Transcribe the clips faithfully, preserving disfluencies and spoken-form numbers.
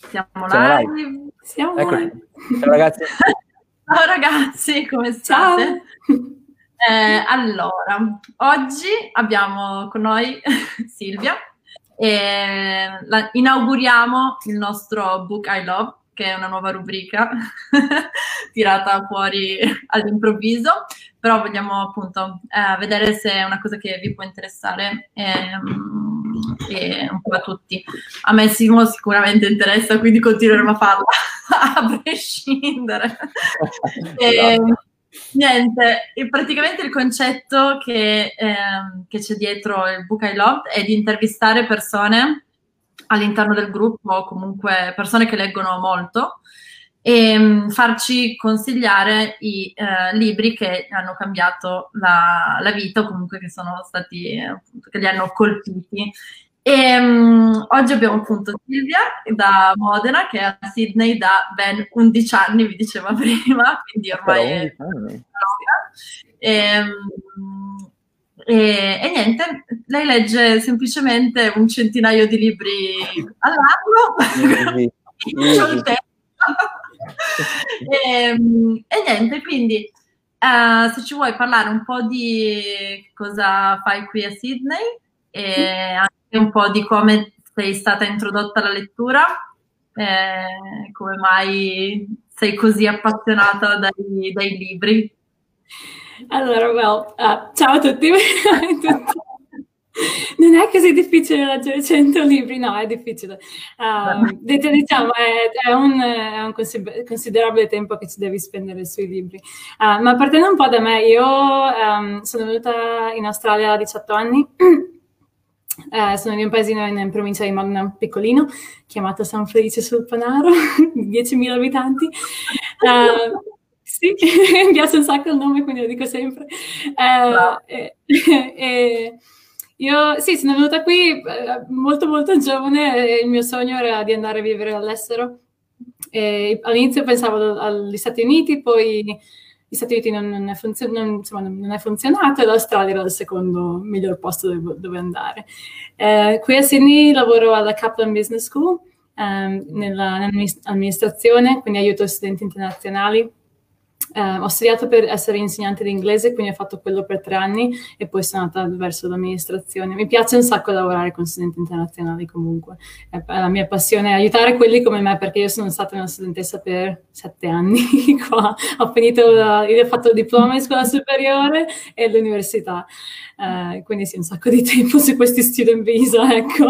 Siamo Siamo live. live. Siamo Eccoci. live. Ciao ragazzi. Ciao ragazzi, come Ciao. state? Eh, allora, oggi abbiamo con noi Silvia e la- inauguriamo il nostro Book I Love, che è una nuova rubrica tirata fuori all'improvviso, però vogliamo appunto eh, vedere se è una cosa che vi può interessare ehm, e un po' a tutti. A me Simo sicuramente interessa, quindi continueremo a farla a prescindere. E, niente, e praticamente il concetto che, ehm, che c'è dietro il Book I Loved è di intervistare persone all'interno del gruppo, o comunque persone che leggono molto, e mh, farci consigliare i eh, libri che hanno cambiato la, la vita, o comunque che sono stati, eh, appunto, che li hanno colpiti. E, um, oggi abbiamo appunto Silvia da Modena, che è a Sydney da ben undici anni, vi diceva prima, quindi ormai è e, um, e, e niente, lei legge semplicemente un centinaio di libri all'anno. Easy. Easy. e, e niente, quindi uh, se ci vuoi parlare un po' di cosa fai qui a Sydney e anche un po' di come sei stata introdotta alla lettura, eh, come mai sei così appassionata dai, dai libri. Allora, well, uh, ciao a tutti. Non è così difficile leggere cento libri, no, è difficile. Uh, diciamo, è, è, un, è un considerabile tempo che ci devi spendere sui libri. Uh, ma partendo un po' da me, io um, sono venuta in Australia a diciotto anni. Uh, sono di un paesino in, in provincia di Modena, piccolino, chiamato San Felice sul Panaro, diecimila abitanti. Uh, sì, mi piace un sacco il nome, quindi lo dico sempre. Uh, e, e io sì, sono venuta qui eh, molto molto giovane e il mio sogno era di andare a vivere all'estero. E all'inizio pensavo agli Stati Uniti, poi gli Stati Uniti non, non, è, funzion- non, insomma, non è funzionato e l'Australia era il secondo miglior posto dove, dove andare. Eh, qui a Sydney lavoro alla Kaplan Business School ehm, nella, nell'amministrazione, quindi aiuto studenti internazionali. Eh, ho studiato per essere insegnante di inglese, quindi ho fatto quello per tre anni e poi sono andata verso l'amministrazione. Mi piace un sacco lavorare con studenti internazionali comunque. È la mia passione è aiutare quelli come me, perché io sono stata una studentessa per sette anni qua. Ho finito, la, io ho fatto il diploma in scuola superiore e l'università, eh, quindi sì, un sacco di tempo su questi student visa, ecco.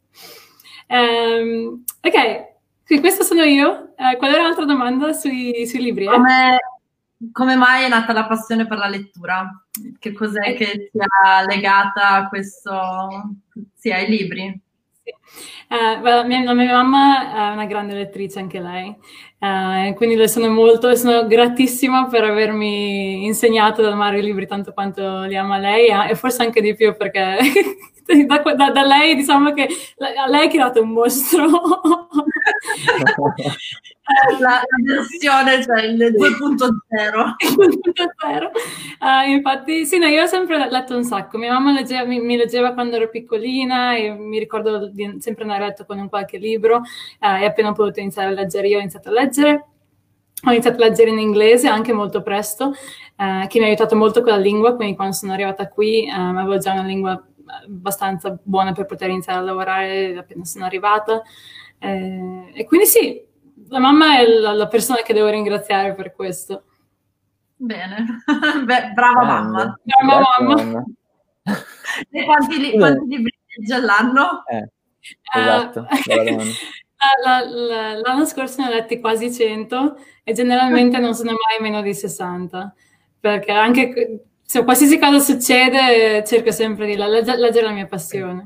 Um, ok, quindi questa sono io. Eh, qual era l'altra domanda sui, sui libri? Eh? Come... Come mai è nata la passione per la lettura? Che cos'è che ti ha legata a questo, sì, ai libri? Sì. Uh, well, mia, la mia mamma è una grande lettrice anche lei, uh, quindi le sono molto, sono gratissima per avermi insegnato ad amare i libri tanto quanto li ama lei, eh, e forse anche di più perché da, da, da lei diciamo che a lei è creato un mostro. La, la versione, cioè il due punto zero. uh, infatti, sì, no, io ho sempre letto un sacco. Mia mamma leggeva, mi, mi leggeva quando ero piccolina e mi ricordo di sempre andare a letto con un qualche libro, uh, e appena ho potuto iniziare a leggere io ho iniziato a leggere. Ho iniziato a leggere in inglese anche molto presto, uh, che mi ha aiutato molto con la lingua, quindi quando sono arrivata qui um, avevo già una lingua abbastanza buona per poter iniziare a lavorare appena sono arrivata. Eh, e quindi sì, la mamma è la, la persona che devo ringraziare per questo. Bene, Beh, brava Grande. mamma. Brava mamma. mamma. E quanti, li, quanti libri leggi all'anno? Eh, esatto, uh, la, la, l'anno scorso ne ho letti quasi cento e generalmente non sono mai meno di sessanta, perché anche se qualsiasi cosa succede cerco sempre di leggere, leggere la mia passione.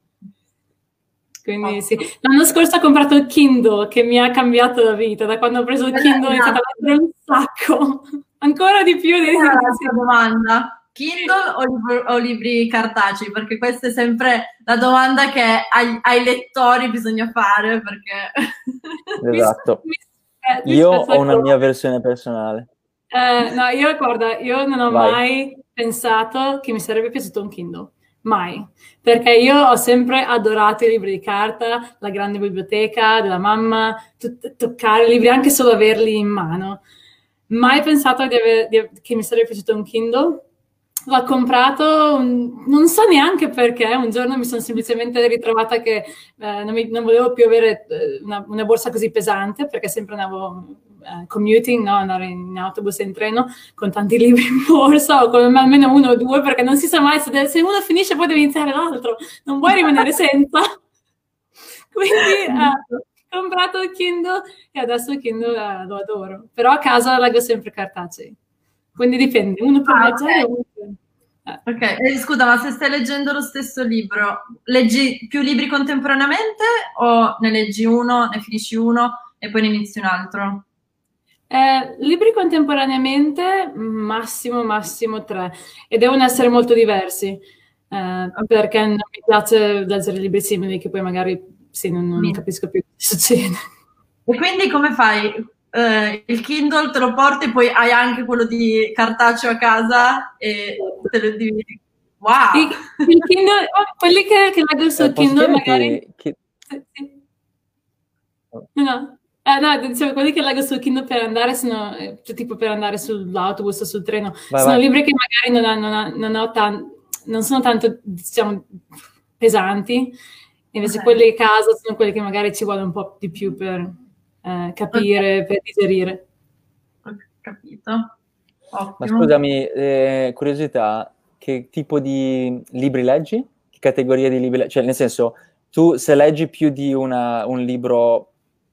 Quindi sì, l'anno scorso ho comprato il Kindle che mi ha cambiato la vita, da quando ho preso il Kindle ho iniziato a leggere un sacco, ancora di più. Di la domanda, Kindle o, libri, o libri cartacei? Perché questa è sempre la domanda che ai, ai lettori bisogna fare, perché... Esatto, mi, mi, mi io ho una mia versione personale. Eh, no, io guarda, io non ho Vai. mai pensato che mi sarebbe piaciuto un Kindle. mai, perché io ho sempre adorato i libri di carta, la grande biblioteca della mamma, t- toccare i libri, anche solo averli in mano. Mai pensato di aver, di, che mi sarebbe piaciuto un Kindle. L'ho comprato, non so neanche perché, un giorno mi sono semplicemente ritrovata che eh, non, mi, non volevo più avere una, una borsa così pesante, perché sempre andavo eh, commuting, no? Andare in autobus e in treno con tanti libri in borsa, o con almeno uno o due, perché non si sa mai, se, se uno finisce poi deve iniziare l'altro, non vuoi rimanere senza. Quindi eh, ho comprato il Kindle e adesso il Kindle eh, lo adoro, però a casa leggo sempre cartacei. Quindi dipende, uno per ah, viaggiare okay. uno per... Eh. Ok, eh, scusa, ma se stai leggendo lo stesso libro, leggi più libri contemporaneamente o ne leggi uno, ne finisci uno e poi ne inizi un altro? Eh, libri contemporaneamente, massimo, massimo tre, e devono essere molto diversi, eh, okay. Perché non mi piace leggere libri simili che poi magari sì, non, non capisco più cosa succede. E quindi come fai? Uh, il Kindle te lo porti e poi hai anche quello di cartaceo a casa e te lo dividi. Wow! Il, il Kindle, oh, quelli che, che leggo sul eh, Kindle magari... Che... Sì, sì. No, no. Eh, no, dicevo, quelli che leggo sul Kindle per andare sono, cioè, tipo per andare sull'autobus o sul treno, vai, sono vai. Libri che magari non, non, non, ho tan, non sono tanto, diciamo, pesanti, invece okay. Quelli a casa sono quelli che magari ci vuole un po' di più per eh, capire, okay. Per digerire. Ho capito. Ottimo. Ma scusami, eh, curiosità, che tipo di libri leggi? Che categoria di libri leggi? Cioè, nel senso, tu se leggi più di una, un libro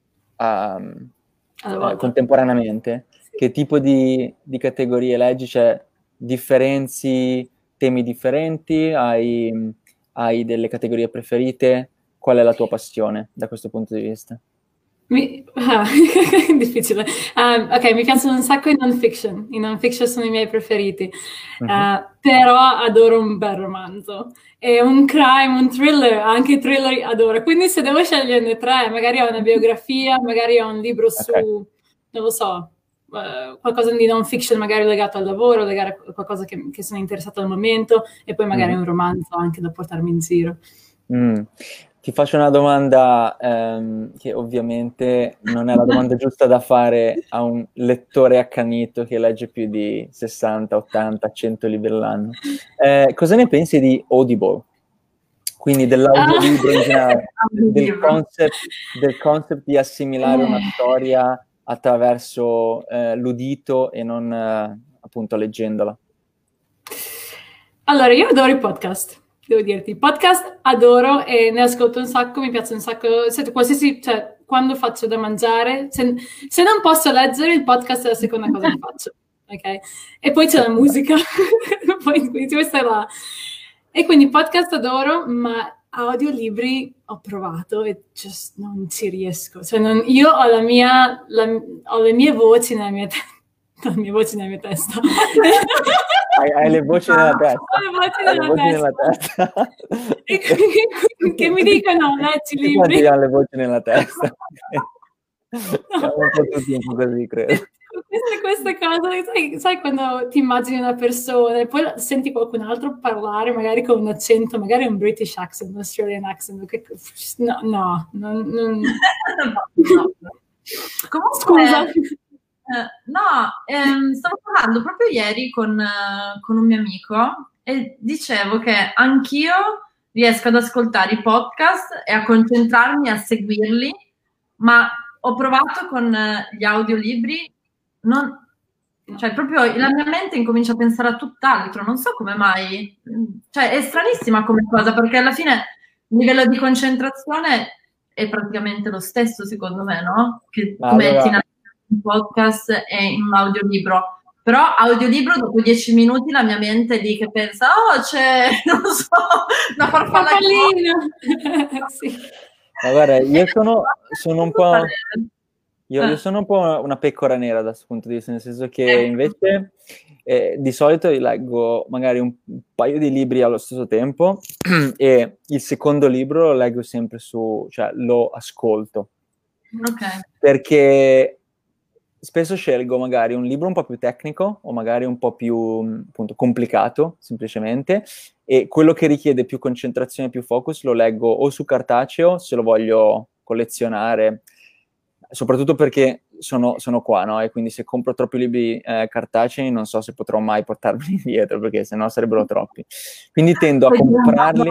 Um, eh, contemporaneamente, sì. Che tipo di, di categorie leggi? Cioè, differenzi temi differenti? Hai, hai delle categorie preferite? Qual è la tua passione da questo punto di vista? Mi... Ah, difficile. Um, ok, mi piacciono un sacco i non-fiction. I non-fiction sono i miei preferiti. Uh-huh. Uh, però adoro un bel romanzo. E un crime, un thriller, anche i thriller adoro. Quindi se devo sceglierne tre, magari ho una biografia, magari ho un libro su, okay. Non lo so, uh, qualcosa di non-fiction magari legato al lavoro, legato a qualcosa che, che sono interessato al momento, e poi magari mm. un romanzo anche da portarmi in giro. Mm. Ti faccio una domanda ehm, che ovviamente non è la domanda giusta da fare a un lettore accanito che legge più di sessanta, ottanta, cento libri all'anno. Eh, cosa ne pensi di Audible? Quindi dell'audiolibro in generale, del concept, del concept di assimilare una storia attraverso eh, l'udito e non eh, appunto leggendola. Allora, io adoro i podcast. Devo dirti, podcast adoro e ne ascolto un sacco, mi piace un sacco, se, qualsiasi, cioè, quando faccio da mangiare, se, se non posso leggere, il podcast è la seconda cosa che faccio, ok? E poi c'è la musica, poi questa è la... E quindi podcast adoro, ma audiolibri ho provato e just non ci riesco, cioè non, io ho la mia, la, ho le mie voci nella mia testa, le mie voci nella mia testa. Hai, hai le voci nella testa. Ho le voci nella, le voci nella testa. testa. E che, che mi dicono, leggi libri. Quanti hanno le voci nella testa? Siamo un po' tutti un po' così, credo. Queste, queste cose, sai, sai quando ti immagini una persona e poi senti qualcun altro parlare, magari con un accento, magari un British accent, un Australian accent, che, no, no, non... non... no, no. Comunque, scusa. Eh, no, ehm, stavo parlando proprio ieri con, uh, con un mio amico e dicevo che anch'io riesco ad ascoltare i podcast e a concentrarmi, a seguirli, ma ho provato con uh, gli audiolibri, non, cioè proprio la mia mente incomincia a pensare a tutt'altro, non so come mai, cioè è stranissima come cosa, perché alla fine il livello di concentrazione è praticamente lo stesso secondo me, no? Che tu allora... metti in un podcast e in un audiolibro, però audiolibro dopo dieci minuti la mia mente è lì che pensa, oh c'è, non so, una farfalla sì. Ma guarda, io sono, sono un po' io, io sono un po' una pecora nera da questo punto di vista, nel senso che invece eh, di solito io leggo magari un paio di libri allo stesso tempo e il secondo libro lo leggo sempre su, cioè lo ascolto. Ok. Perché spesso scelgo magari un libro un po' più tecnico o magari un po' più appunto complicato, semplicemente, e quello che richiede più concentrazione, più focus, lo leggo o su cartaceo, se lo voglio collezionare, soprattutto perché sono, sono qua, no? E quindi se compro troppi libri eh, cartacei non so se potrò mai portarli dietro, perché sennò sarebbero troppi. Quindi tendo a comprarli...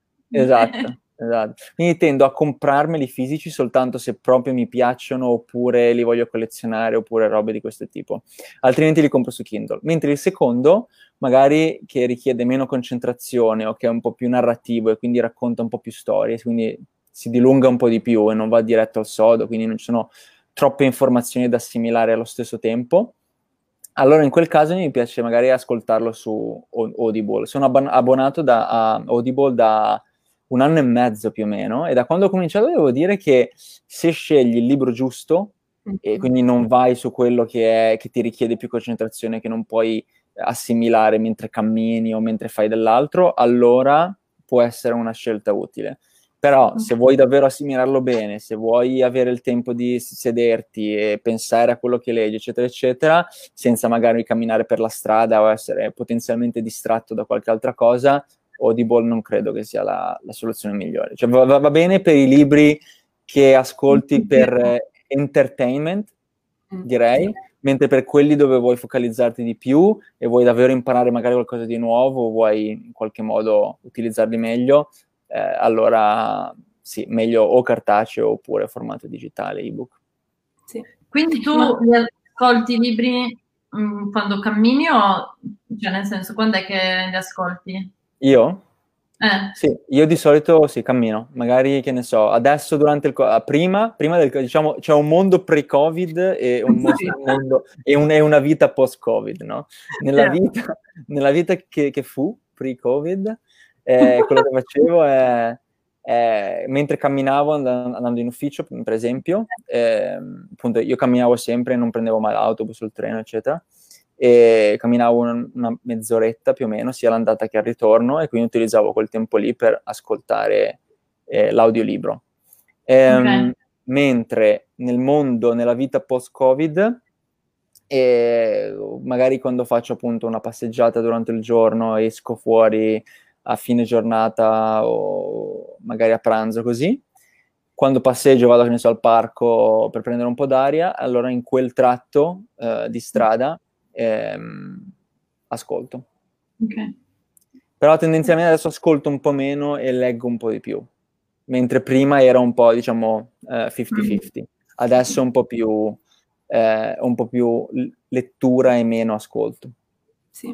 Esatto. Esatto. Quindi tendo a comprarmeli fisici soltanto se proprio mi piacciono oppure li voglio collezionare oppure robe di questo tipo, altrimenti li compro su Kindle. Mentre il secondo, magari che richiede meno concentrazione o che è un po' più narrativo e quindi racconta un po' più storie, quindi si dilunga un po' di più e non va diretto al sodo, quindi non ci sono troppe informazioni da assimilare allo stesso tempo, allora in quel caso mi piace magari ascoltarlo su Audible. Sono abbon- abbonato da, a Audible da un anno e mezzo più o meno, e da quando ho cominciato devo dire che se scegli il libro giusto, e quindi non vai su quello che, è, che ti richiede più concentrazione, che non puoi assimilare mentre cammini o mentre fai dell'altro, allora può essere una scelta utile. Però se vuoi davvero assimilarlo bene, se vuoi avere il tempo di sederti e pensare a quello che leggi, eccetera, eccetera, senza magari camminare per la strada o essere potenzialmente distratto da qualche altra cosa, Audible non credo che sia la, la soluzione migliore. Cioè, va, va bene per i libri che ascolti per eh, entertainment, direi, mentre per quelli dove vuoi focalizzarti di più e vuoi davvero imparare magari qualcosa di nuovo, vuoi in qualche modo utilizzarli meglio, eh, allora sì, meglio o cartaceo oppure formato digitale, ebook. Sì. Quindi tu Ma... ascolti i libri mh, quando cammini o, cioè nel senso, quando è che li ascolti? Io? Eh. Sì, io di solito sì, cammino, magari che ne so, adesso durante il prima, prima del diciamo c'è un mondo pre-Covid e un mondo e, un, e una vita post-Covid, no? Nella vita, nella vita che, che fu pre-Covid, eh, quello che facevo è, è mentre camminavo andando in ufficio, per esempio, eh, appunto io camminavo sempre, non prendevo mai l'autobus o il treno, eccetera. E camminavo una, una mezz'oretta più o meno sia l'andata che al ritorno, e quindi utilizzavo quel tempo lì per ascoltare eh, l'audiolibro. Ehm, okay. Mentre nel mondo, nella vita post-Covid, e magari quando faccio appunto una passeggiata durante il giorno, esco fuori a fine giornata o magari a pranzo così, quando passeggio vado che ne so al parco per prendere un po' d'aria, allora in quel tratto eh, di strada Ehm, ascolto. Okay. Però tendenzialmente adesso ascolto un po' meno e leggo un po' di più, mentre prima era un po', diciamo, eh, cinquanta cinquanta. Adesso è un po' più eh, un po' più lettura e meno ascolto. Sì.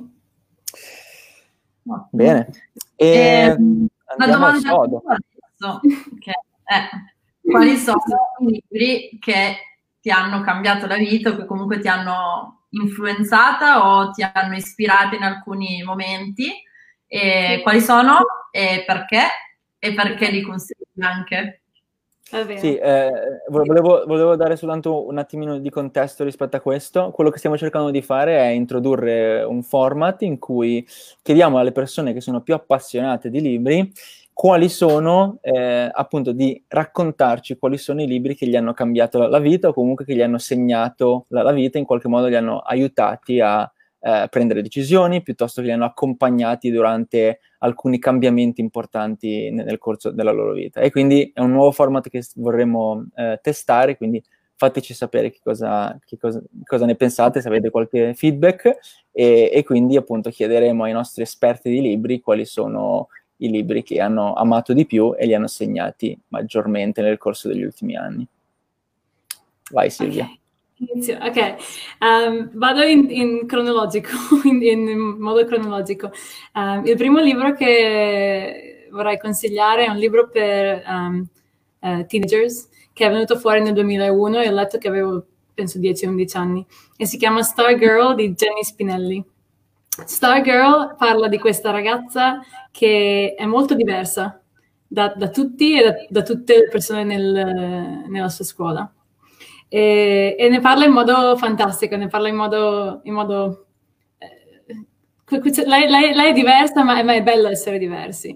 Bene. E eh, la domanda adesso, che è, quali sono i libri che ti hanno cambiato la vita o che comunque ti hanno influenzata o ti hanno ispirata in alcuni momenti, e sì. Quali sono e perché, e perché li consigli anche? Sì, eh, volevo, volevo dare soltanto un attimino di contesto rispetto a questo. Quello che stiamo cercando di fare è introdurre un format in cui chiediamo alle persone che sono più appassionate di libri quali sono, eh, appunto, di raccontarci quali sono i libri che gli hanno cambiato la, la vita o comunque che gli hanno segnato la, la vita, in qualche modo li hanno aiutati a eh, prendere decisioni, piuttosto che li hanno accompagnati durante alcuni cambiamenti importanti nel, nel corso della loro vita. E quindi è un nuovo format che vorremmo eh, testare, quindi fateci sapere che cosa, che cosa, cosa ne pensate, se avete qualche feedback, e, e quindi appunto chiederemo ai nostri esperti di libri quali sono i libri che hanno amato di più e li hanno segnati maggiormente nel corso degli ultimi anni. Vai Silvia. Okay. Inizio. Ok, um, vado in, in cronologico, in, in modo cronologico. Um, il primo libro che vorrei consigliare è un libro per um, uh, teenagers che è venuto fuori nel duemilauno e ho letto che avevo penso dieci undici anni, e si chiama Stargirl di Jenny Spinelli. Stargirl parla di questa ragazza che è molto diversa da, da tutti e da, da tutte le persone nel, nella sua scuola. E, e ne parla in modo fantastico, ne parla in modo... In modo eh, lei, lei, lei è diversa, ma è, ma è bello essere diversi.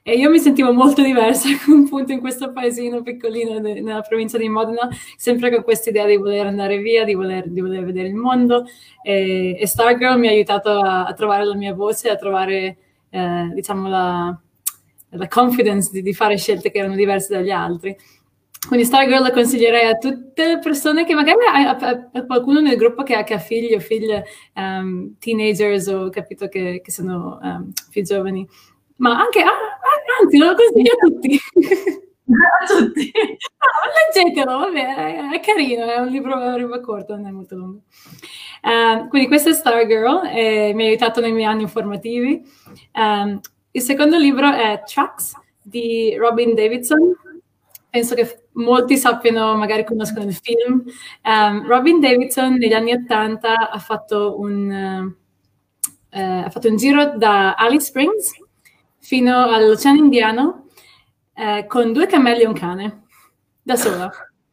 E io mi sentivo molto diversa appunto in questo paesino piccolino de- nella provincia di Modena, sempre con questa idea di voler andare via, di voler, di voler vedere il mondo. E, e Stargirl mi ha aiutato a, a trovare la mia voce, a trovare, eh, diciamo, la, la confidence di, di fare scelte che erano diverse dagli altri. Quindi Stargirl la consiglierei a tutte le persone che magari a, a, a qualcuno nel gruppo che ha, che ha figli o figlie, um, teenagers o capito che, che sono um, più giovani. Ma anche, ah, anzi, lo consiglio a tutti. A tutti. No, leggetelo, vabbè, è, è carino, è un libro, è un libro corto, non è molto lungo. Uh, quindi questa è Stargirl, e mi ha aiutato nei miei anni formativi. Um, il secondo libro è Tracks di Robin Davidson. Penso che molti sappiano, magari conoscono il film. Um, Robin Davidson negli anni Ottanta ha fatto un, uh, uh, ha fatto un giro da Alice Springs fino all'Oceano Indiano uh, con due cammelli e un cane, da sola.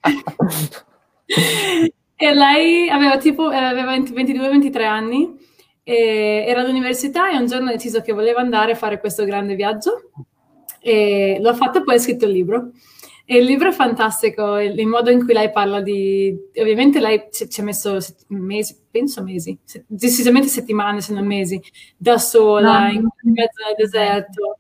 E lei aveva tipo aveva ventidue ventitré anni, e era all'università e un giorno ha deciso che voleva andare a fare questo grande viaggio e lo ha fatto e poi ha scritto il libro. E il libro è fantastico, il, il modo in cui lei parla di... Ovviamente lei ci, ci ha messo mesi, penso mesi, se, decisamente settimane se non mesi, da sola, no, in, in mezzo al deserto.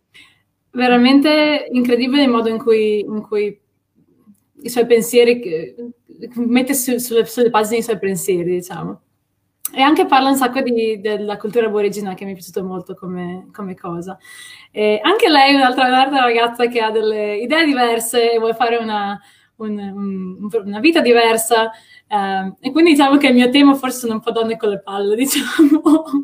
Veramente incredibile il modo in cui, in cui i suoi pensieri, mette su, sulle, sulle pagine i suoi pensieri, diciamo. E anche parla un sacco di, della cultura aborigena, che mi è piaciuto molto come, come cosa. E anche lei è un'altra, un'altra ragazza che ha delle idee diverse e vuole fare una, un, un, una vita diversa. Um, e quindi diciamo che il mio tema forse sono un po' donne con le palle, diciamo.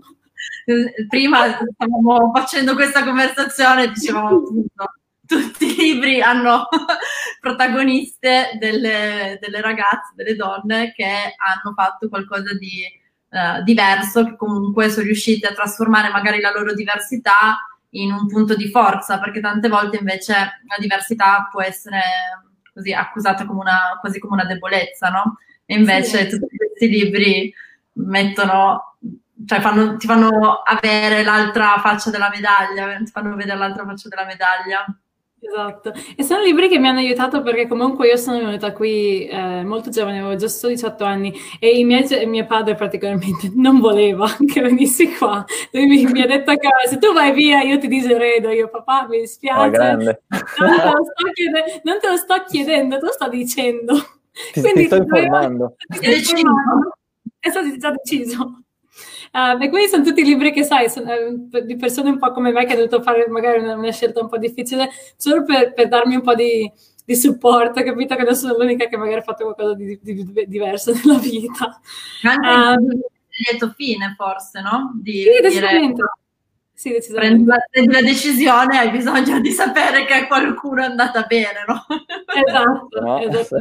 Prima stavamo facendo questa conversazione e dicevamo appunto, tutti i libri hanno protagoniste delle, delle ragazze, delle donne che hanno fatto qualcosa di Uh, diverso, che comunque sono riusciti a trasformare magari la loro diversità in un punto di forza, perché tante volte invece la diversità può essere così accusata come una, quasi come una debolezza, no? E invece sì, tutti questi libri mettono, cioè fanno, ti fanno avere l'altra faccia della medaglia, ti fanno vedere l'altra faccia della medaglia. Esatto, e sono libri che mi hanno aiutato perché comunque io sono venuta qui eh, molto giovane, avevo giusto diciotto anni e i miei, mio padre praticamente non voleva che venissi qua. Lui mi, mi ha detto che se tu vai via io ti diseredo, io papà mi dispiace, oh, non, te lo sto chiedendo, non te lo sto chiedendo, te lo sto dicendo. Ti, Quindi, ti sto informando. Ti sto informando. È stato già deciso. Uh, e quindi sono tutti libri che sai, sono, uh, di persone un po' come me che hanno dovuto fare magari una, una scelta un po' difficile solo per, per darmi un po' di, di supporto, capito che non sono l'unica che magari ha fatto qualcosa di, di, di diverso nella vita. Anche um, lieto fine forse, no? Di sì, decisamente. Sì, decisamente. Prendi la, prendi la decisione, hai bisogno di sapere che qualcuno è andata bene, no? Esatto, no, esatto.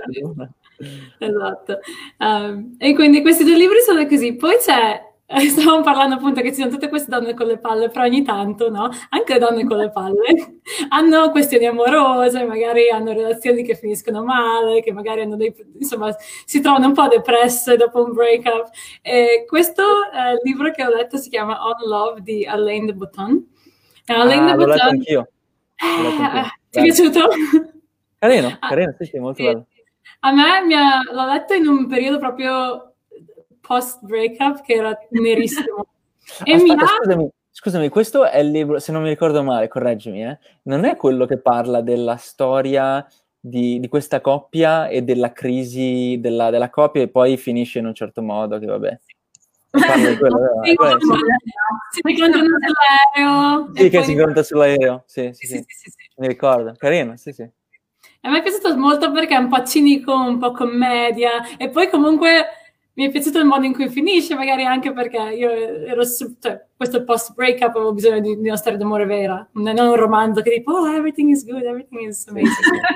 Esatto. Um, e quindi questi due libri sono così. Poi c'è stavamo parlando appunto che ci sono tutte queste donne con le palle, però ogni tanto, no? Anche le donne con le palle hanno questioni amorose, magari hanno relazioni che finiscono male, che magari hanno dei, insomma, si trovano un po' depresse dopo un breakup. E questo eh, libro che ho letto si chiama On Love di Alain de Botton. E Alain ah, de Botton, l'ho letto anch'io. L'ho letto anch'io. Eh, ti è piaciuto? Carino, carino, sì, sì, molto sì. bello. A me mi ha, l'ho letto in un periodo proprio post breakup che era nerissimo. E Aspetta, mi ha... scusami, scusami, questo è il libro, se non mi ricordo male, correggimi, eh, non è quello che parla della storia di, di questa coppia e della crisi della, della coppia e poi finisce in un certo modo, che vabbè. Parla di quello, sì, quello, sì. Si incontrano sull'aereo. Sì, che si incontra sull'aereo, sì, sì, sì, sì. sì, sì, sì. Mi ricordo, carino, sì, sì. A me è piaciuto molto perché è un po' cinico, un po' commedia e poi comunque mi è piaciuto il modo in cui finisce, magari anche perché io ero, cioè, questo post-breakup avevo bisogno di, di una storia d'amore vera, non un romanzo che tipo, oh, everything is good, everything is amazing.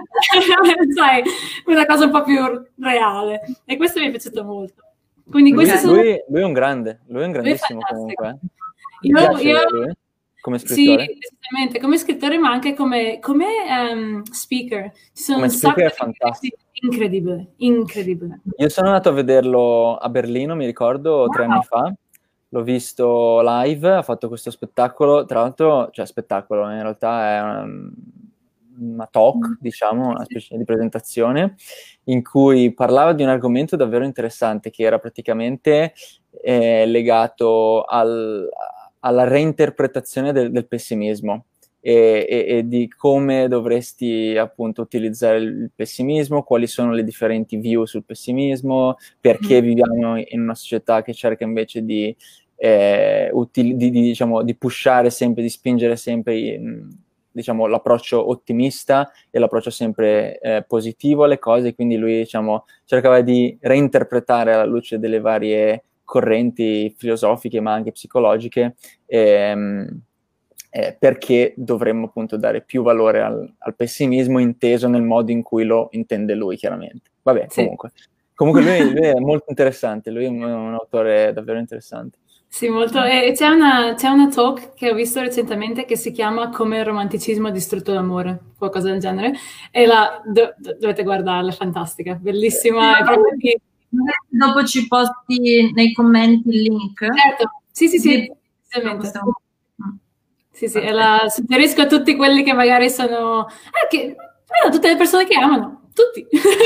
Sai, una cosa un po' più reale. E questo mi è piaciuto molto. Quindi lui, sono... lui, lui è un grande, lui è un grandissimo comunque. Io, io... Lui? Come scrittore? Sì, esattamente, come scrittore, ma anche come, come um, speaker. Ci sono come un speaker sacco è fantastico. Di... Incredibile, incredibile. Io sono andato a vederlo a Berlino, mi ricordo, wow. tre anni fa, l'ho visto live, ha fatto questo spettacolo, tra l'altro, cioè spettacolo, in realtà è una, una talk, diciamo, una specie di presentazione, in cui parlava di un argomento davvero interessante, che era praticamente eh, legato al, alla reinterpretazione del, del pessimismo. E, e, e di come dovresti appunto utilizzare il pessimismo, quali sono le differenti view sul pessimismo, perché viviamo in una società che cerca invece di, eh, util- di, di, diciamo, di pushare sempre, di spingere sempre in, diciamo, l'approccio ottimista e l'approccio sempre eh, positivo alle cose, quindi lui diciamo, cercava di reinterpretare alla luce delle varie correnti filosofiche ma anche psicologiche ehm, Eh, perché dovremmo appunto dare più valore al, al pessimismo inteso nel modo in cui lo intende lui, chiaramente. Vabbè, Sì. comunque. Comunque lui, lui è molto interessante, lui è un, un autore davvero interessante. Sì, molto. E c'è una, c'è una talk che ho visto recentemente che si chiama Come il romanticismo ha distrutto l'amore, qualcosa del genere, e la do, do, dovete guardarla, è fantastica, bellissima. È proprio di... Dopo ci posti nei commenti il link. Certo, sì, sì, sì, sì. Sì, sì, e la suggerisco a tutti quelli che magari sono... Eh, che... eh, tutte le persone che amano, tutti.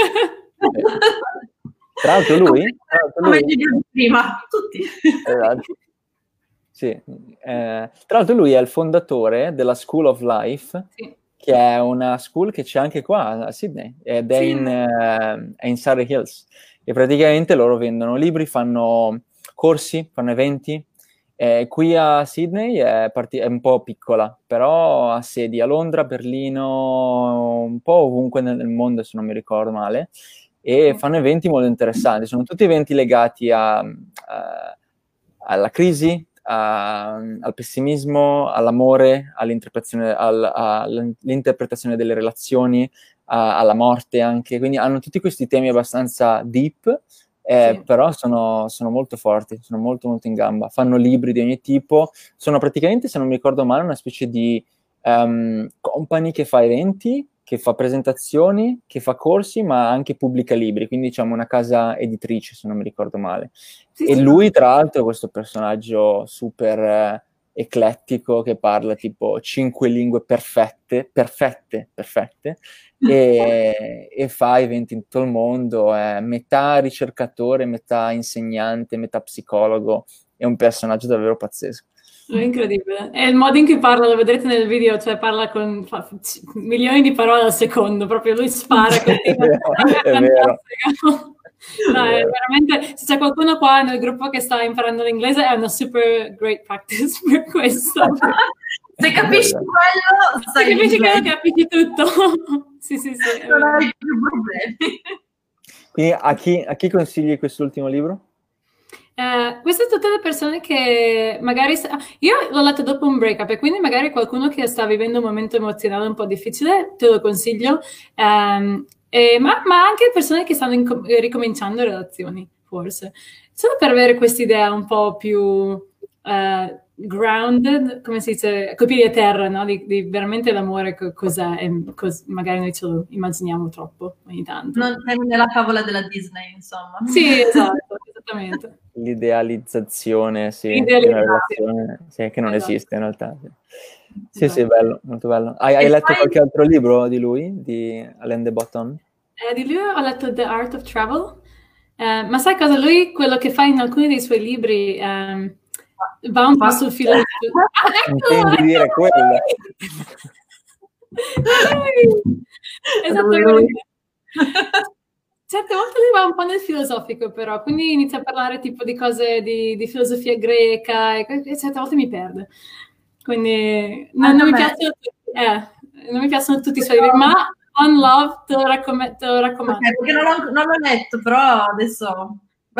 Tra l'altro lui... Tra l'altro lui... Come prima, tutti. Esatto. Sì. Eh, tra l'altro lui è il fondatore della School of Life, sì. Che è una school che c'è anche qua a Sydney, ed è, sì. in, eh, è in Surrey Hills. E praticamente loro vendono libri, fanno corsi, fanno eventi. Eh, qui a Sydney è, part- è un po' piccola, però ha sedi a Londra, Berlino, un po' ovunque nel, nel mondo, se non mi ricordo male, e mm. fanno eventi molto interessanti. Sono tutti eventi legati a, a, alla crisi, a, al pessimismo, all'amore, all'interpretazione, al, all'interpretazione delle relazioni, a, alla morte anche. Quindi hanno tutti questi temi abbastanza deep, Eh, sì. Però sono, sono molto forti, sono molto molto in gamba, fanno libri di ogni tipo, sono praticamente, se non mi ricordo male, una specie di um, company che fa eventi, che fa presentazioni, che fa corsi, ma anche pubblica libri, quindi diciamo una casa editrice, se non mi ricordo male. Sì, e sì, lui, tra l'altro, è questo personaggio super eh, eclettico che parla tipo cinque lingue perfette, perfette, perfette, e, e fa eventi in tutto il mondo, è metà ricercatore, metà insegnante, metà psicologo, è un personaggio davvero pazzesco. È incredibile. E il modo in cui parla, lo vedrete nel video, cioè parla con fa, milioni di parole al secondo, proprio lui spara. Così, è vero, è, è vero. No, è veramente, se c'è qualcuno qua nel gruppo che sta imparando l'inglese, è una super great practice per questo. Se capisci quello, se capisci quello, capisci tutto. Sì, sì, sì. Non hai più problemi. Quindi a chi, a chi consigli quest'ultimo libro? Eh, queste tutte le persone che magari... Io l'ho letto dopo un break-up e quindi magari qualcuno che sta vivendo un momento emozionale un po' difficile, te lo consiglio. Um, e, ma, ma anche persone che stanno inco- ricominciando relazioni, forse. Solo per avere quest'idea un po' più... Uh, grounded, come si dice, coi piedi a terra, no? Di, di veramente l'amore co- cos'è, e cos- magari noi ce lo immaginiamo troppo ogni tanto. Non è nella favola della Disney, insomma. Sì, esatto, esattamente. L'idealizzazione, sì, di una relazione sì, che non esatto. esiste in realtà. Sì, sì, esatto. Sì, bello, molto bello. Hai, hai letto poi... qualche altro libro di lui, di Alain de Botton? Eh, di lui ho letto The Art of Travel, eh, ma sai cosa? Lui, quello che fa in alcuni dei suoi libri... Um, va un po' sul filo di... Ah, intendi dire quello? Esattamente. Certe volte lui va un po' nel filosofico, però, quindi inizia a parlare tipo di cose di, di filosofia greca e, e certe volte mi perde. Quindi non, non, mi, piacciono tutti, eh, non mi piacciono tutti i suoi libri, ma On Love te lo, raccom- te lo raccomando. Okay, perché non l'ho, non l'ho letto, però adesso...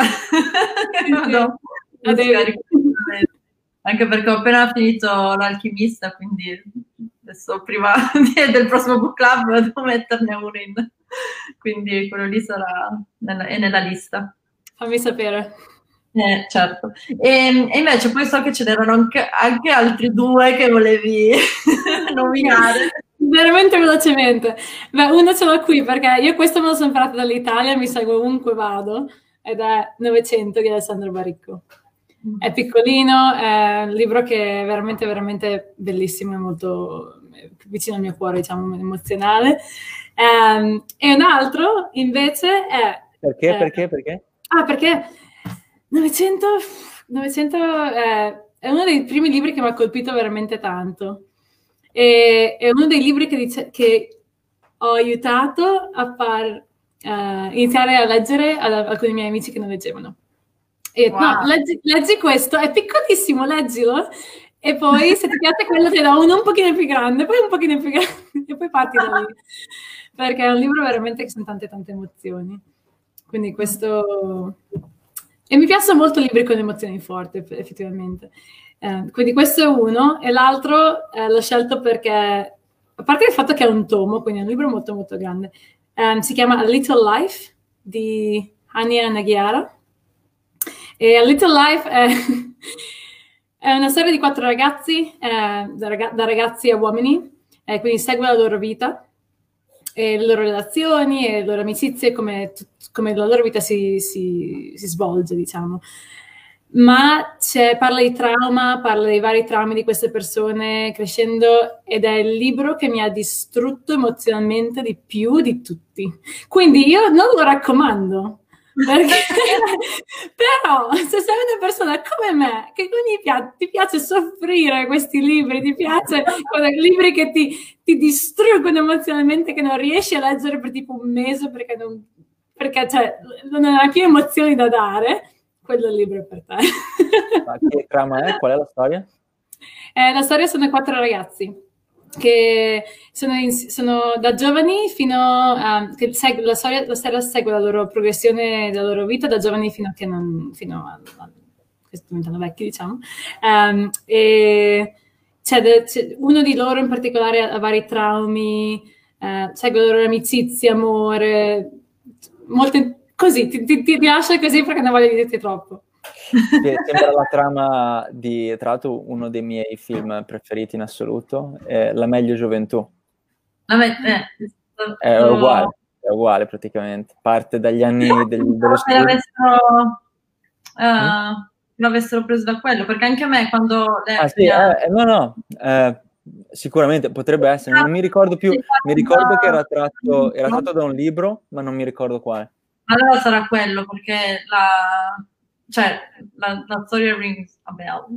Sì, sì. Anche perché ho appena finito L'Alchimista, quindi adesso prima del prossimo book club devo metterne uno in, quindi quello lì sarà nella, è nella lista. Fammi sapere. Eh, certo. E, e invece poi so che ce n'erano anche, anche altri due che volevi nominare. Veramente velocemente. Beh, uno ce l'ho qui perché io questo me lo sono imparato dall'Italia, mi segue ovunque vado, ed è novecento di Alessandro Baricco. È piccolino, è un libro che è veramente, veramente bellissimo e molto vicino al mio cuore, diciamo, emozionale. Um, e un altro, invece, è... Perché, eh, perché, perché? Ah, perché novecento, novecento è, è uno dei primi libri che mi ha colpito veramente tanto. E, è uno dei libri che, dice, che ho aiutato a far uh, iniziare a leggere ad alcuni miei amici che non leggevano. E, wow. No, leggi, leggi questo, è piccolissimo, leggilo, e poi se ti piace quello ti do uno un pochino più grande, poi un pochino più grande, e poi parti da lì. Perché è un libro veramente che sono tante tante emozioni. Quindi questo... E mi piacciono molto libri con emozioni forti, effettivamente. Eh, quindi questo è uno, e l'altro eh, l'ho scelto perché, a parte il fatto che è un tomo, quindi è un libro molto molto grande, eh, si chiama A Little Life di Hania Naghiara. E A Little Life è, è una storia di quattro ragazzi, eh, da, rag- da ragazzi a uomini, eh, quindi segue la loro vita, e le loro relazioni, e le loro amicizie, come, come la loro vita si, si, si svolge, diciamo. Ma c'è, parla di trauma, parla dei vari traumi di queste persone crescendo, ed è il libro che mi ha distrutto emozionalmente di più di tutti. Quindi io non lo raccomando, perché però se sei una persona come me che gli piace, ti piace soffrire questi libri, ti piace libri che ti, ti distruggono emozionalmente, che non riesci a leggere per tipo un mese perché non, perché cioè, non hai più emozioni da dare, quello è il libro per te. Ma che trama è? Qual è la storia? Eh, la storia sono quattro ragazzi che sono, in, sono da giovani fino a... Che segue, la, storia, la storia segue la loro progressione della loro vita da giovani fino a che non... fino a, a che diventano vecchi, diciamo. Um, e c'è, de, c'è uno di loro in particolare ha, ha vari traumi, eh, segue la loro amicizia, amore, molte... Così, ti, ti, ti lascio così perché non voglio dirti troppo. Sembra la trama di, tra l'altro, uno dei miei film preferiti in assoluto, è La meglio gioventù. La me- eh, è uguale, è uguale praticamente. Parte dagli anni del, dello studio. L'avessero, uh, mm? l'avessero preso da quello, perché anche a me quando... Ah sì, eh, no, no, eh, sicuramente potrebbe essere, non mi ricordo più, mi ricordo che era tratto, era tratto da un libro, ma non mi ricordo quale. Allora sarà quello, perché la, cioè, la, la storia rings a bell.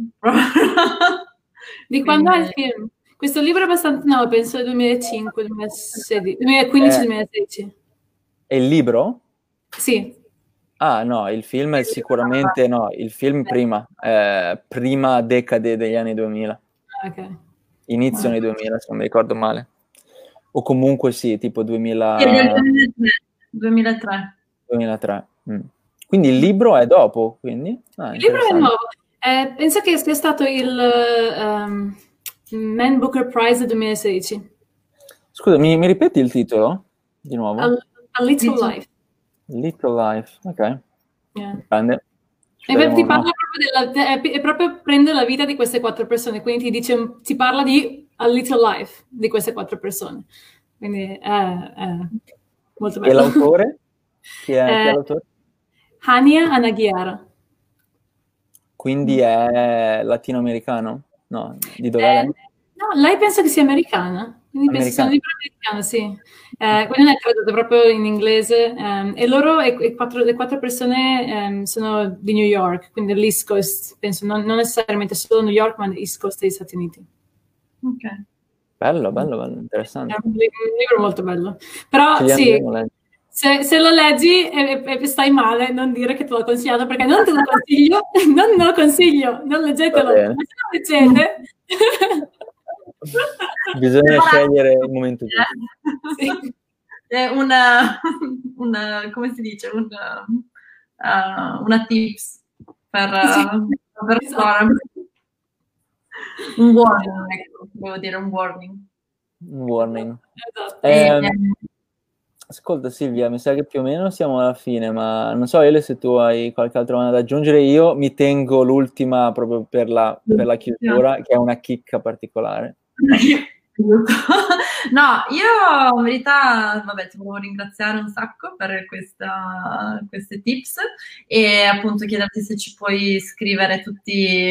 Di quando è il film? Questo libro è abbastanza nuovo, penso del duemilacinque, duemilasedici, duemilaquindici, duemilasedici. È il libro? Sì. Ah no, il film è sicuramente no, il film prima, eh, prima decade degli anni duemila. Ok. Inizio nei duemila, se non mi ricordo male. O comunque sì, tipo duemila... duemilatré. duemilatré. Mm. Quindi il libro è dopo, quindi? Ah, il libro è nuovo. Eh, penso che sia stato il um, Man Booker Prize del duemilasedici. Scusa, mi, mi ripeti il titolo? Di nuovo? A, a Little Life. Little Life, ok. Yeah. Grande. E beh, ti parla proprio della, è, è proprio prende la vita di queste quattro persone, quindi ti dice, ti parla di A Little Life di queste quattro persone. Quindi è, è molto bello. E l'autore? Chi è, eh, chi è l'autore? Hania Naghiara. Quindi è latinoamericano? No, di dove eh, è lei? No, lei penso che sia americana. Quindi penso che sia un libro americano, sì. Eh, quindi non è tradotto proprio in inglese. Um, e loro, e, e quattro, le quattro persone um, sono di New York, quindi dell'East Coast, penso, non, non necessariamente solo New York, ma dell'East Coast degli Stati Uniti. Ok. Bello, bello, bello, interessante. È un, un libro molto bello. Però sì, se, se lo leggi e, e, e stai male, non dire che te l'ho consigliato, perché non te lo consiglio, non te lo consiglio, non leggetelo. Ma se lo leggete... Bisogna scegliere il momento giusto. Sì. È una, una, come si dice, una, uh, una tips per, uh, per esatto. Un warning, ecco, devo dire un warning. Un warning. Esatto. Eh, ascolta Silvia, mi sa che più o meno siamo alla fine, ma non so Ele se tu hai qualche altra domanda da aggiungere. Io mi tengo l'ultima proprio per la, per la chiusura, che è una chicca particolare. No, io in verità, vabbè, ti volevo ringraziare un sacco per questa, queste tips e appunto chiederti se ci puoi scrivere tutti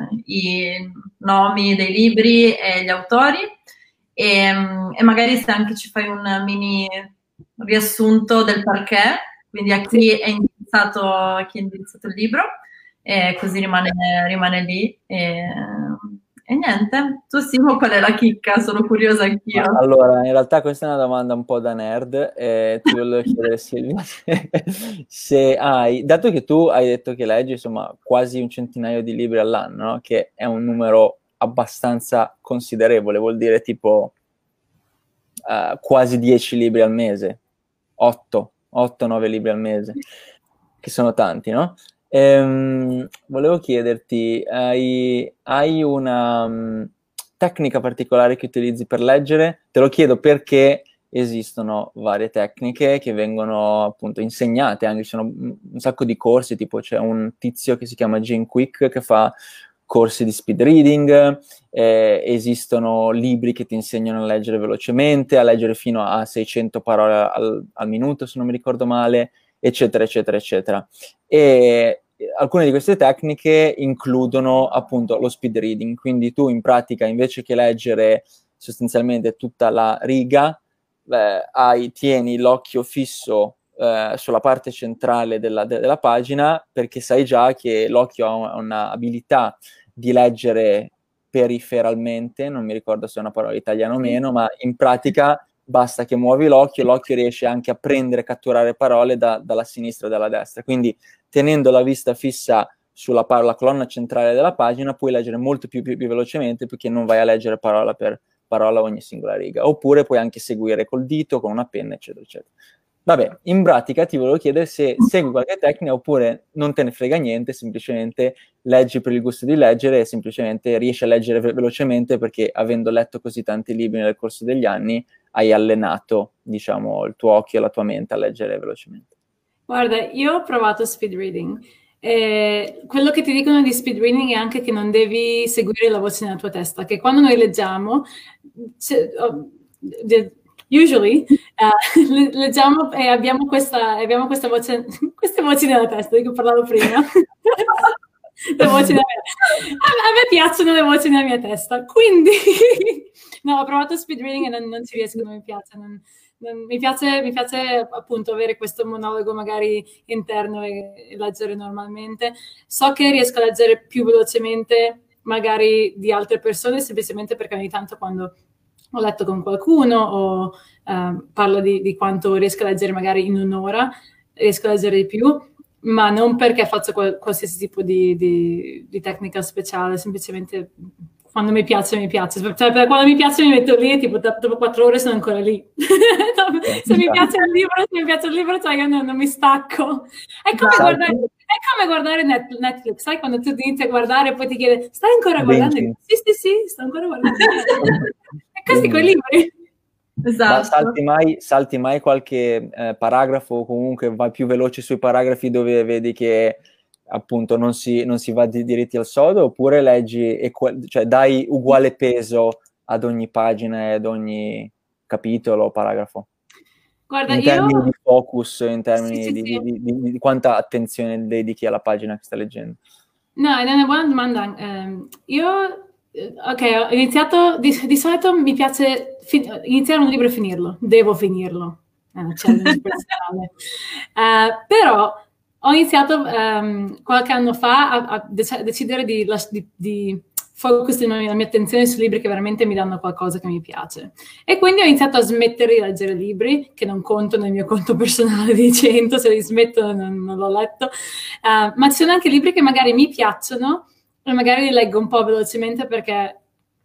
i nomi dei libri e gli autori e, e magari se anche ci fai un mini riassunto del perché, quindi a chi è indirizzato, a chi è indirizzato il libro, e così rimane, rimane lì. E, E niente, tu Simo, qual è la chicca? Sono curiosa anch'io. Allora, in realtà questa è una domanda un po' da nerd, e ti volevo chiedere Silvia, se, se hai, dato che tu hai detto che leggi insomma quasi un centinaio di libri all'anno, no? Che è un numero abbastanza considerevole, vuol dire tipo uh, quasi dieci libri al mese, otto, otto nove libri al mese, che sono tanti, no? Ehm, volevo chiederti, hai, hai una um, tecnica particolare che utilizzi per leggere? Te lo chiedo perché esistono varie tecniche che vengono appunto insegnate, anche ci sono un sacco di corsi, tipo c'è un tizio che si chiama Jim Quick che fa corsi di speed reading, eh, esistono libri che ti insegnano a leggere velocemente, a leggere fino a seicento parole al, al minuto, se non mi ricordo male, eccetera, eccetera, eccetera. E alcune di queste tecniche includono appunto lo speed reading, quindi tu in pratica invece che leggere sostanzialmente tutta la riga, eh, hai, tieni l'occhio fisso eh, sulla parte centrale della, de- della pagina, perché sai già che l'occhio ha un'abilità di leggere periferalmente, non mi ricordo se è una parola italiana o meno, ma in pratica basta che muovi l'occhio, l'occhio riesce anche a prendere e catturare parole da, dalla sinistra e dalla destra. Quindi tenendo la vista fissa sulla par- la colonna centrale della pagina puoi leggere molto più, più, più velocemente, perché non vai a leggere parola per parola ogni singola riga. Oppure puoi anche seguire col dito, con una penna, eccetera, eccetera. Vabbè, in pratica ti volevo chiedere se segui qualche tecnica oppure non te ne frega niente, semplicemente leggi per il gusto di leggere e semplicemente riesci a leggere ve- velocemente perché avendo letto così tanti libri nel corso degli anni hai allenato, diciamo, il tuo occhio e la tua mente a leggere velocemente. Guarda, io ho provato speed reading. Eh, quello che ti dicono di speed reading è anche che non devi seguire la voce nella tua testa, che quando noi leggiamo, oh, usually, uh, leggiamo e abbiamo questa, abbiamo questa voce, queste voci nella testa, di cui parlavo prima. Le voci nella mia... a me piacciono le voci nella mia testa, quindi no, ho provato speed reading e non, non ci riesco, non mi piace, non, non, mi piace mi piace appunto avere questo monologo magari interno e, e leggere normalmente. So che riesco a leggere più velocemente magari di altre persone, semplicemente perché ogni tanto quando ho letto con qualcuno o uh, parlo di, di quanto riesco a leggere magari in un'ora, riesco a leggere di più, ma non perché faccio qual- qualsiasi tipo di, di, di tecnica speciale, semplicemente quando mi piace mi piace, cioè per quando mi piace mi metto lì e tipo dopo quattro ore sono ancora lì. Se mi piace il libro, se mi piace il libro, cioè io non, non mi stacco. È come, Esatto. guardare, è come guardare net, Netflix, sai quando tu inizi a guardare e poi ti chiede stai ancora guardando? Sì, sì, sì, sto ancora guardando. E così con i libri. Esatto. Ma salti mai, salti mai qualche eh, paragrafo o comunque vai più veloce sui paragrafi dove vedi che appunto non si, non si va di diritti al sodo, oppure leggi, e cioè dai uguale peso ad ogni pagina e ad ogni capitolo o paragrafo? Guarda, in io... termini di focus, in termini sì, sì, di, sì. Di, di, di quanta attenzione dedichi alla pagina che stai leggendo. No, è una buona domanda. Eh, io... Ok, ho iniziato, di, di solito mi piace fin- iniziare un libro e finirlo, devo finirlo, è una challenge personale. Uh, però ho iniziato um, qualche anno fa a, a dec- decidere di, di, di focus la mia, la mia attenzione su libri che veramente mi danno qualcosa che mi piace. E quindi ho iniziato a smettere di leggere libri, che non conto nel mio conto personale di cento, se li smetto non, non l'ho letto, uh, ma ci sono anche libri che magari mi piacciono, e magari li leggo un po' velocemente perché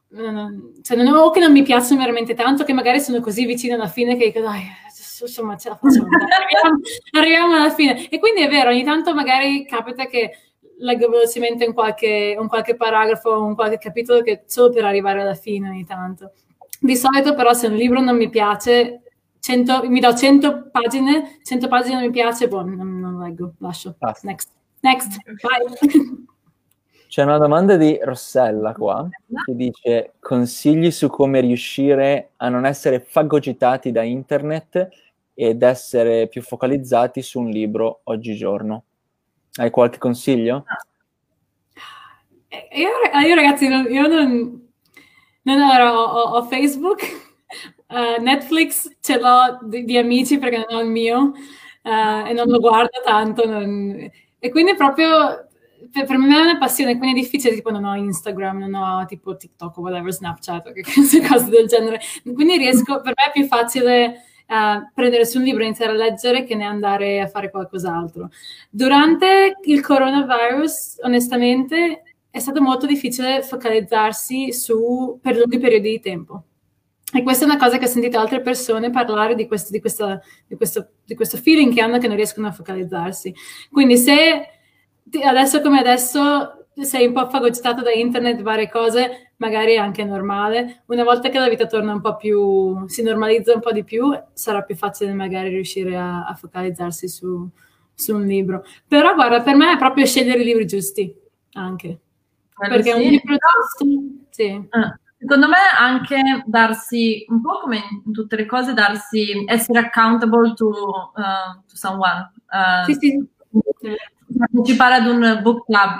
cioè non, o che non mi piacciono veramente tanto, che magari sono così vicino alla fine che dico dai, insomma ce la facciamo, arriviamo, arriviamo alla fine. E quindi è vero, ogni tanto magari capita che leggo velocemente un qualche, un qualche paragrafo, un qualche capitolo, che solo per arrivare alla fine ogni tanto. Di solito però se un libro non mi piace, cento, mi do cento pagine, cento pagine non mi piace, boh, non, non leggo, lascio. Basta. Next, next, bye. C'è una domanda di Rossella qua, che dice consigli su come riuscire a non essere fagocitati da internet ed essere più focalizzati su un libro oggigiorno. Hai qualche consiglio? Io, io ragazzi, io non, non allora, ho, ho Facebook, uh, Netflix ce l'ho di, di amici perché non ho il mio uh, e non lo guardo tanto. Non, e quindi proprio per, per me è una passione, quindi è difficile, tipo non ho Instagram, non ho tipo TikTok o whatever, Snapchat o che cose del genere. Quindi riesco, per me è più facile uh, prendere su un libro e iniziare a leggere che ne andare a fare qualcos'altro. Durante il coronavirus, onestamente, è stato molto difficile focalizzarsi su per lunghi periodi di tempo. E questa è una cosa che ho sentito altre persone parlare di questo, di, questa, di, questo, di questo feeling che hanno che non riescono a focalizzarsi. Quindi se adesso come adesso sei un po' fagocitato da internet, varie cose, magari è anche normale. Una volta che la vita torna un po' più, si normalizza un po' di più, sarà più facile magari riuscire a, a focalizzarsi su, su un libro. Però guarda, per me è proprio scegliere i libri giusti, anche. Quello Perché sì. un libro giusto, sì. Ah, secondo me anche darsi, un po' come in tutte le cose, darsi, essere accountable to, uh, to someone. Uh, Sì, sì. Partecipare ad un book club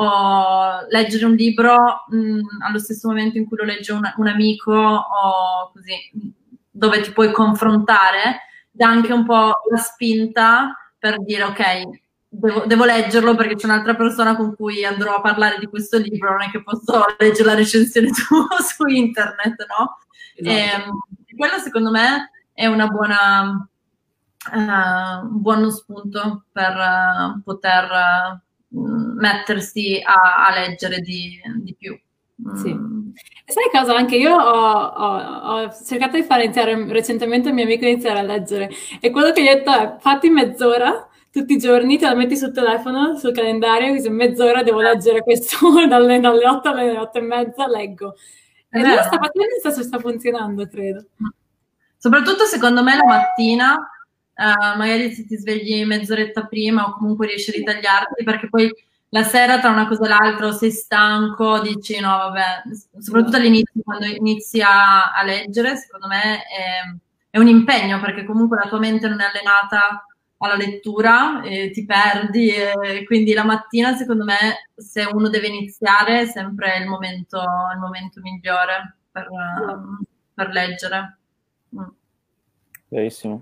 o leggere un libro mh, allo stesso momento in cui lo legge un, un amico o così, dove ti puoi confrontare, dà anche un po' la spinta per dire ok, Devo, devo leggerlo perché c'è un'altra persona con cui andrò a parlare di questo libro, non è che posso leggere la recensione su, su internet, no? Esatto. E quello secondo me è una buona, uh, un buono spunto per uh, poter uh, mettersi a, a leggere di, di più. Sì. Mm. Sai cosa? Anche io ho, ho, ho cercato di fare iniziare recentemente il mio amico a iniziare a leggere e quello che gli ho detto è fatti mezz'ora tutti i giorni, te la metti sul telefono, sul calendario, così mezz'ora devo leggere questo dalle, dalle otto alle otto e mezza, leggo. E lui sta facendo e sta, sta funzionando, credo. Soprattutto secondo me la mattina, uh, magari se ti svegli mezz'oretta prima o comunque riesci a ritagliarti, perché poi la sera tra una cosa e l'altra sei stanco, dici no vabbè, soprattutto all'inizio quando inizi a, a leggere, secondo me è, è un impegno, perché comunque la tua mente non è allenata alla lettura e ti perdi e quindi la mattina secondo me se uno deve iniziare è sempre il momento, il momento migliore per, uh, per leggere. Mm. Verissimo.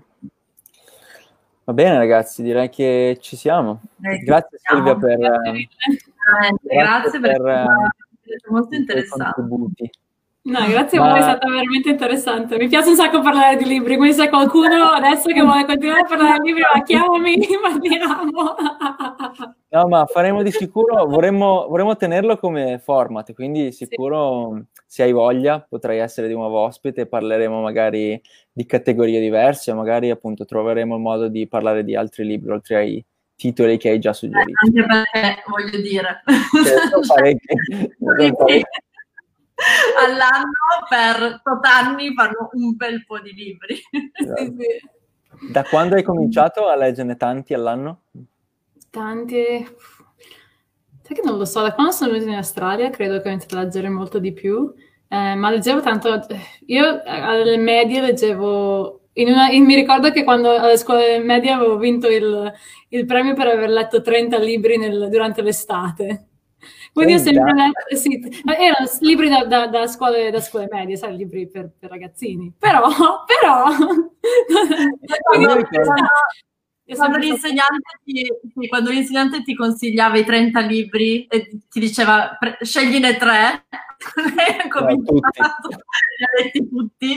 Va bene ragazzi, direi che ci siamo. Eh, grazie ci Silvia siamo. per eh, grazie, grazie per, per uh, molto interessante. Contributi. No, grazie Ma... a voi, è stato veramente interessante. Mi piace un sacco parlare di libri, quindi se qualcuno adesso che vuole continuare a parlare di libri, ma chiamami, parliamo. No, ma faremo di sicuro, vorremmo, vorremmo tenerlo come format, quindi sicuro sì. Se hai voglia potrai essere di nuovo ospite e parleremo magari di categorie diverse, o magari appunto troveremo il modo di parlare di altri libri, oltre ai titoli che hai già suggerito. Eh, anche perché, voglio dire... Certo, parecchi. parecchi. All'anno per tot anni fanno un bel po' di libri. Esatto. Sì, sì. Da quando hai cominciato a leggerne tanti all'anno? Tanti, sai che non lo so, da quando sono venuta in Australia credo che ho iniziato a leggere molto di più, eh, ma leggevo tanto, io alle medie leggevo, in una, in, mi ricordo che quando alle scuole medie avevo vinto il, il premio per aver letto trenta libri nel, durante l'estate. Quindi ho sempre letto, sì, erano libri da, da, da, scuole, da scuole medie, sai, libri per, per ragazzini, però, però... quando, quando, l'insegnante ti, quando l'insegnante ti consigliava i trenta libri e ti diceva scegliene tre, lei ha cominciato, li ha letti tutti.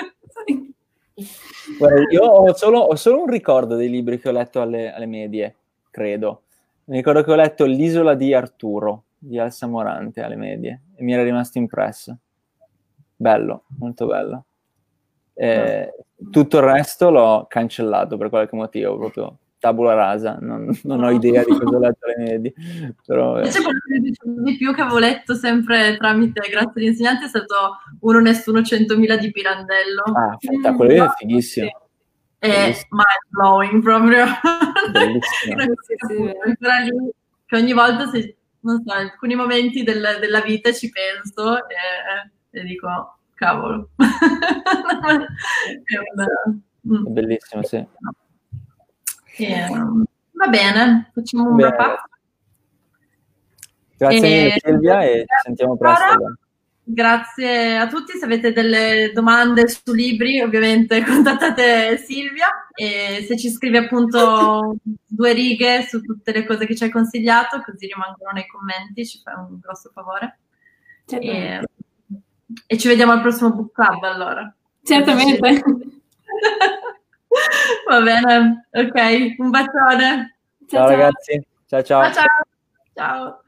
Guarda, io ho solo, ho solo un ricordo dei libri che ho letto alle, alle medie, credo. Mi ricordo che ho letto L'isola di Arturo di Elsa Morante alle medie e mi era rimasto impresso. Bello, molto bello. Eh, tutto il resto l'ho cancellato per qualche motivo, proprio tabula rasa, non, non ho idea di cosa ho letto alle medie. Però, invece quello che dicevo di più che avevo letto sempre tramite, grazie all'insegnante, è stato Uno Nessuno Centomila di Pirandello. Ah, aspetta, quello lì è fighissimo. È mind blowing proprio. Bellissimo. Ancora lì, che ogni volta se non so, in alcuni momenti del, della vita ci penso e, e dico, cavolo. È, una, è bellissimo, sì. E, va bene, facciamo un bene. wrap up. Grazie e, mille Silvia e ci sentiamo presto. Grazie a tutti, se avete delle domande su libri ovviamente contattate Silvia e se ci scrivi appunto due righe su tutte le cose che ci hai consigliato così rimangono nei commenti, ci fai un grosso favore. E, e ci vediamo al prossimo book club allora. Certamente. Va bene, ok, un bacione. Ciao, ciao ragazzi, ciao ciao. Ciao ciao. Ciao.